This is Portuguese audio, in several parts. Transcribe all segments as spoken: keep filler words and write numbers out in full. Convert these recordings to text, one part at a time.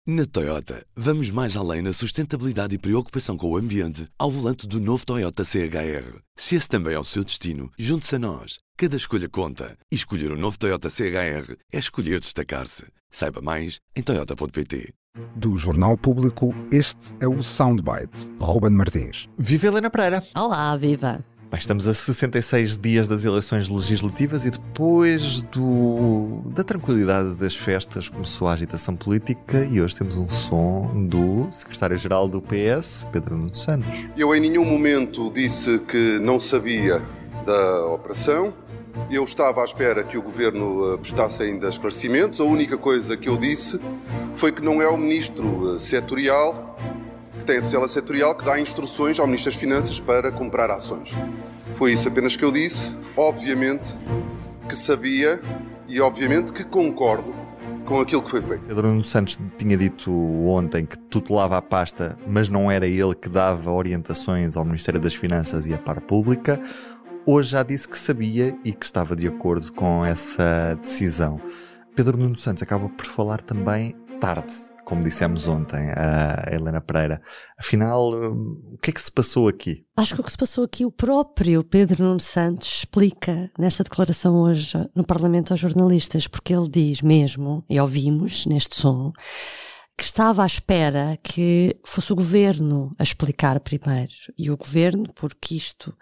Na Toyota, vamos mais além na sustentabilidade e preocupação com o ambiente ao volante do novo Toyota C H R. Se esse também é o seu destino, junte-se a nós. Cada escolha conta. E escolher o novo Toyota C H R é escolher destacar-se. Saiba mais em toyota ponto pt. Do Jornal Público, este é o Soundbite. Ruben Martins. Viva Helena Pereira! Olá, viva! Bem, estamos a sessenta e seis dias das eleições legislativas e depois do, da tranquilidade das festas começou a agitação política e hoje temos um som do secretário-geral do P S, Pedro Nuno Santos. Eu em nenhum momento disse que não sabia da operação. Eu estava à espera que o Governo prestasse ainda esclarecimentos. A única coisa que eu disse foi que não é o Ministro setorial, que tem a tutela setorial, que dá instruções ao Ministro das Finanças para comprar ações. Foi isso apenas que eu disse. Obviamente que sabia e obviamente que concordo com aquilo que foi feito. Pedro Nuno Santos tinha dito ontem que tutelava a pasta, mas não era ele que dava orientações ao Ministério das Finanças e à Par Pública. Hoje já disse que sabia e que estava de acordo com essa decisão. Pedro Nuno Santos acaba por falar também tarde, como dissemos ontem a Helena Pereira. Afinal, o que é que se passou aqui? Acho que o que se passou aqui, o próprio Pedro Nuno Santos explica nesta declaração hoje no Parlamento aos jornalistas, porque ele diz mesmo, e ouvimos neste som, que estava à espera que fosse o Governo a explicar primeiro. E o Governo, porque isto,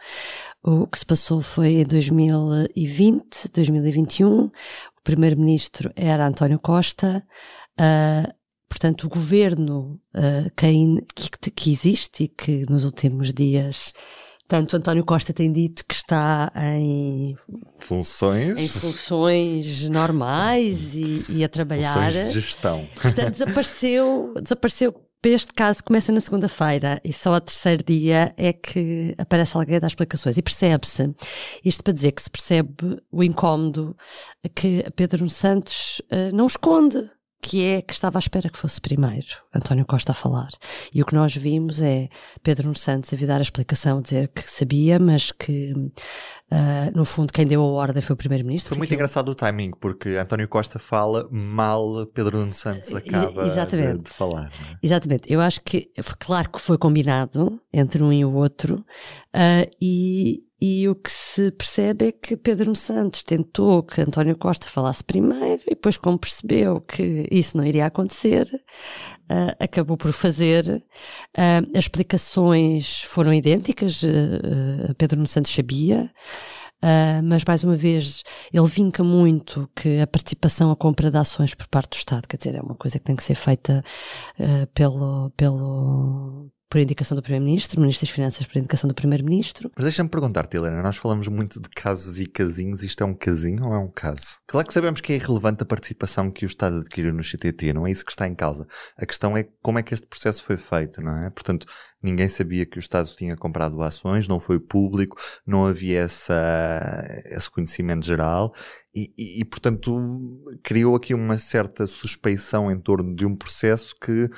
o que se passou foi em dois mil e vinte, dois mil e vinte e um, o Primeiro-Ministro era António Costa, uh, portanto o Governo uh, que, que, que existe e que nos últimos dias... Tanto António Costa tem dito que está em funções, em funções normais e, e a trabalhar. Funções de gestão. Portanto, desapareceu, desapareceu para este caso, começa na segunda-feira e só ao terceiro dia é que aparece alguém a dar explicações. E percebe-se, isto para dizer que se percebe o incómodo que Pedro Santos uh, não esconde, que é que estava à espera que fosse primeiro António Costa a falar. E o que nós vimos é Pedro Nuno Santos a vir dar a explicação, dizer que sabia, mas que, uh, no fundo, quem deu a ordem foi o Primeiro-Ministro. Foi muito engraçado o timing, porque António Costa fala mal, Pedro Nuno Santos acaba de, de falar. Não é? Exatamente. Eu acho que, foi claro que foi combinado entre um e o outro, uh, e... E o que se percebe é que Pedro Nuno Santos tentou que António Costa falasse primeiro e depois, como percebeu que isso não iria acontecer, uh, acabou por fazer. Uh, as explicações foram idênticas, uh, uh, Pedro Nuno Santos sabia, uh, mas mais uma vez ele vinca muito que a participação, a compra de ações por parte do Estado, quer dizer, é uma coisa que tem que ser feita uh, pelo... pelo por indicação do Primeiro-Ministro, Ministro das Finanças por indicação do Primeiro-Ministro. Mas deixa-me perguntar-te, Helena, nós falamos muito de casos e casinhos, isto é um casinho ou é um caso? Claro que sabemos que é irrelevante a participação que o Estado adquiriu no C T T, não é isso que está em causa. A questão é como é que este processo foi feito, não é? Portanto, ninguém sabia que o Estado tinha comprado ações, não foi público, não havia essa, esse conhecimento geral e, e, e, portanto, criou aqui uma certa suspeição em torno de um processo que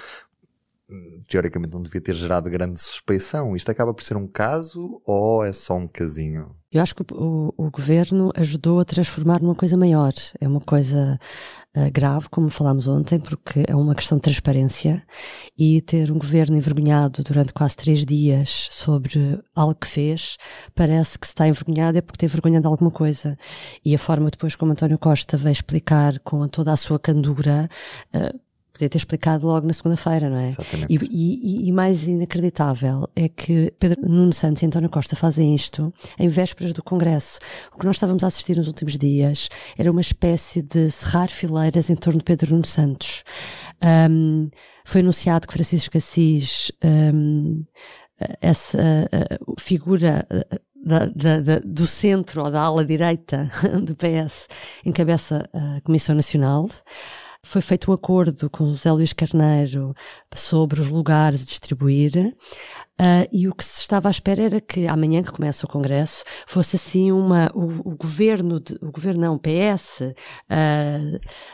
teoricamente não devia ter gerado grande suspeição. Isto acaba por ser um caso ou é só um casinho? Eu acho que o, o, o Governo ajudou a transformar numa coisa maior. É uma coisa uh, grave, como falámos ontem, porque é uma questão de transparência e ter um Governo envergonhado durante quase três dias sobre algo que fez, parece que se está envergonhado é porque tem vergonha de alguma coisa. E a forma depois como António Costa veio explicar com toda a sua candura, uh, podia ter explicado logo na segunda-feira, não é? Exatamente. E, e, e mais inacreditável é que Pedro Nuno Santos e António Costa fazem isto em vésperas do Congresso. O que nós estávamos a assistir nos últimos dias era uma espécie de cerrar fileiras em torno de Pedro Nuno Santos. Um, foi anunciado que Francisco Assis, um, essa uh, figura da, da, da, do centro ou da ala direita do P S, encabeça a Comissão Nacional. Foi feito um acordo com o José Luís Carneiro sobre os lugares a distribuir, uh, e o que se estava à espera era que amanhã, que começa o Congresso, fosse assim uma, o, o governo, de, o governo não, o P S, uh,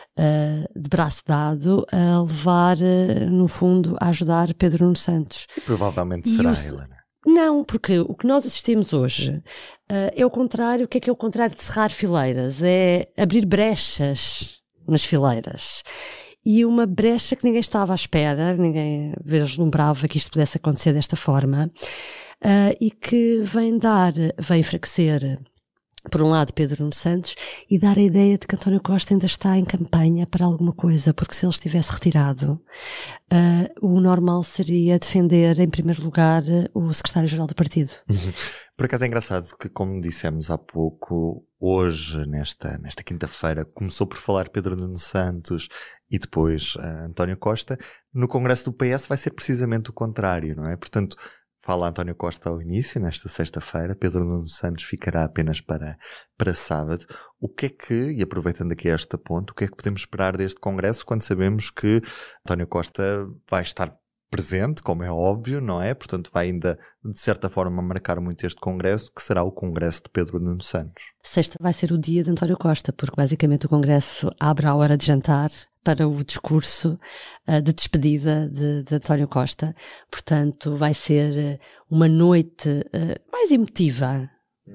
uh, de braço dado, a levar, uh, no fundo, a ajudar Pedro Nuno Santos. E provavelmente e será, os, Helena. Não, porque o que nós assistimos hoje uh, é o contrário. O que é que é o contrário de cerrar fileiras? É abrir brechas nas fileiras. e uma brecha que ninguém estava à espera, ninguém vislumbrava que isto pudesse acontecer desta forma, uh, e que vem dar, vem enfraquecer, por um lado, Pedro Nuno Santos, e dar a ideia de que António Costa ainda está em campanha para alguma coisa, porque se ele estivesse retirado, uh, o normal seria defender, em primeiro lugar, o secretário-geral do partido. Uhum. Por acaso é engraçado que, como dissemos há pouco, hoje, nesta, nesta quinta-feira, começou por falar Pedro Nuno Santos e depois uh, António Costa. No Congresso do P S vai ser precisamente o contrário, não é? Portanto, fala António Costa ao início, nesta sexta-feira. Pedro Nuno Santos ficará apenas para, para sábado. O que é que, e aproveitando aqui este ponto, o que é que podemos esperar deste Congresso quando sabemos que António Costa vai estar presente, como é óbvio, não é? Portanto, vai ainda, de certa forma, marcar muito este Congresso, que será o Congresso de Pedro Nuno Santos. Sexta vai ser o dia de António Costa, porque basicamente o Congresso abre à hora de jantar para o discurso uh, de despedida de, de António Costa. Portanto, vai ser uma noite uh, mais emotiva,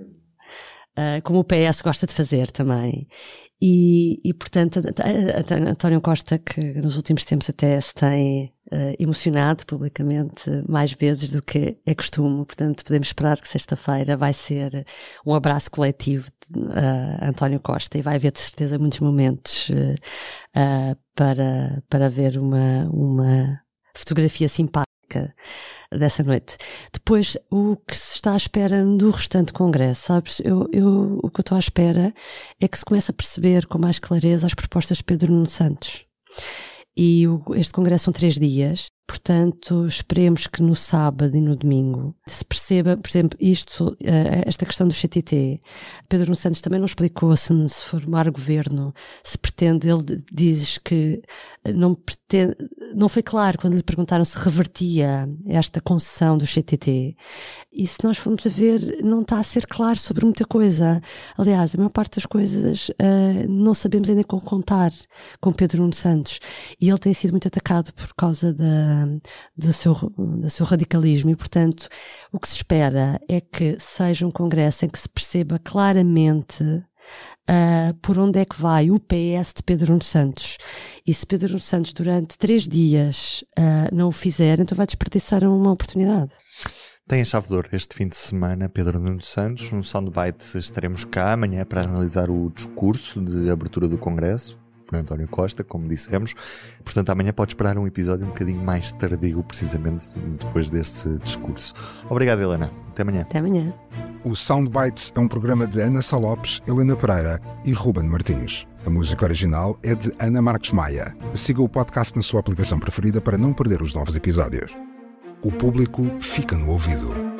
uh, como o P S gosta de fazer também. E, e portanto, António Costa, que nos últimos tempos até se tem uh, emocionado publicamente mais vezes do que é costume, portanto podemos esperar que sexta-feira vai ser um abraço coletivo de uh, António Costa, e vai haver de certeza muitos momentos uh, uh, para, para ver uma, uma fotografia simpática dessa noite. Depois, o que se está à espera do restante Congresso, sabes? Eu, eu, o que eu estou à espera é que se comece a perceber com mais clareza as propostas de Pedro Nuno Santos. E o, este Congresso são três dias, portanto, esperemos que no sábado e no domingo se perceba, por exemplo, isto, esta questão do C T T. Pedro Nuno Santos também não explicou se, se formar governo, se pretende, ele diz que não pretende, não foi claro quando lhe perguntaram se revertia esta concessão do C T T. E se nós formos a ver, não está a ser claro sobre muita coisa. Aliás, a maior parte das coisas uh, não sabemos ainda como contar com Pedro Nuno Santos. E ele tem sido muito atacado por causa da, do, seu, do seu radicalismo e, portanto, o que se espera é que seja um congresso em que se perceba claramente uh, por onde é que vai o P S de Pedro Nuno Santos. E se Pedro Nuno Santos durante três dias uh, não o fizer, então vai desperdiçar uma oportunidade. Tem a chave de ouro este fim de semana, Pedro Nuno Santos. No Soundbite estaremos cá amanhã para analisar o discurso de abertura do Congresso por António Costa, como dissemos. Portanto, amanhã pode esperar um episódio um bocadinho mais tardio, precisamente depois deste discurso. Obrigado, Helena. Até amanhã. Até amanhã. O Soundbites é um programa de Ana Sá Lopes, Helena Pereira e Ruben Martins. A música original é de Ana Marques Maia. Siga o podcast na sua aplicação preferida para não perder os novos episódios. O público fica no ouvido.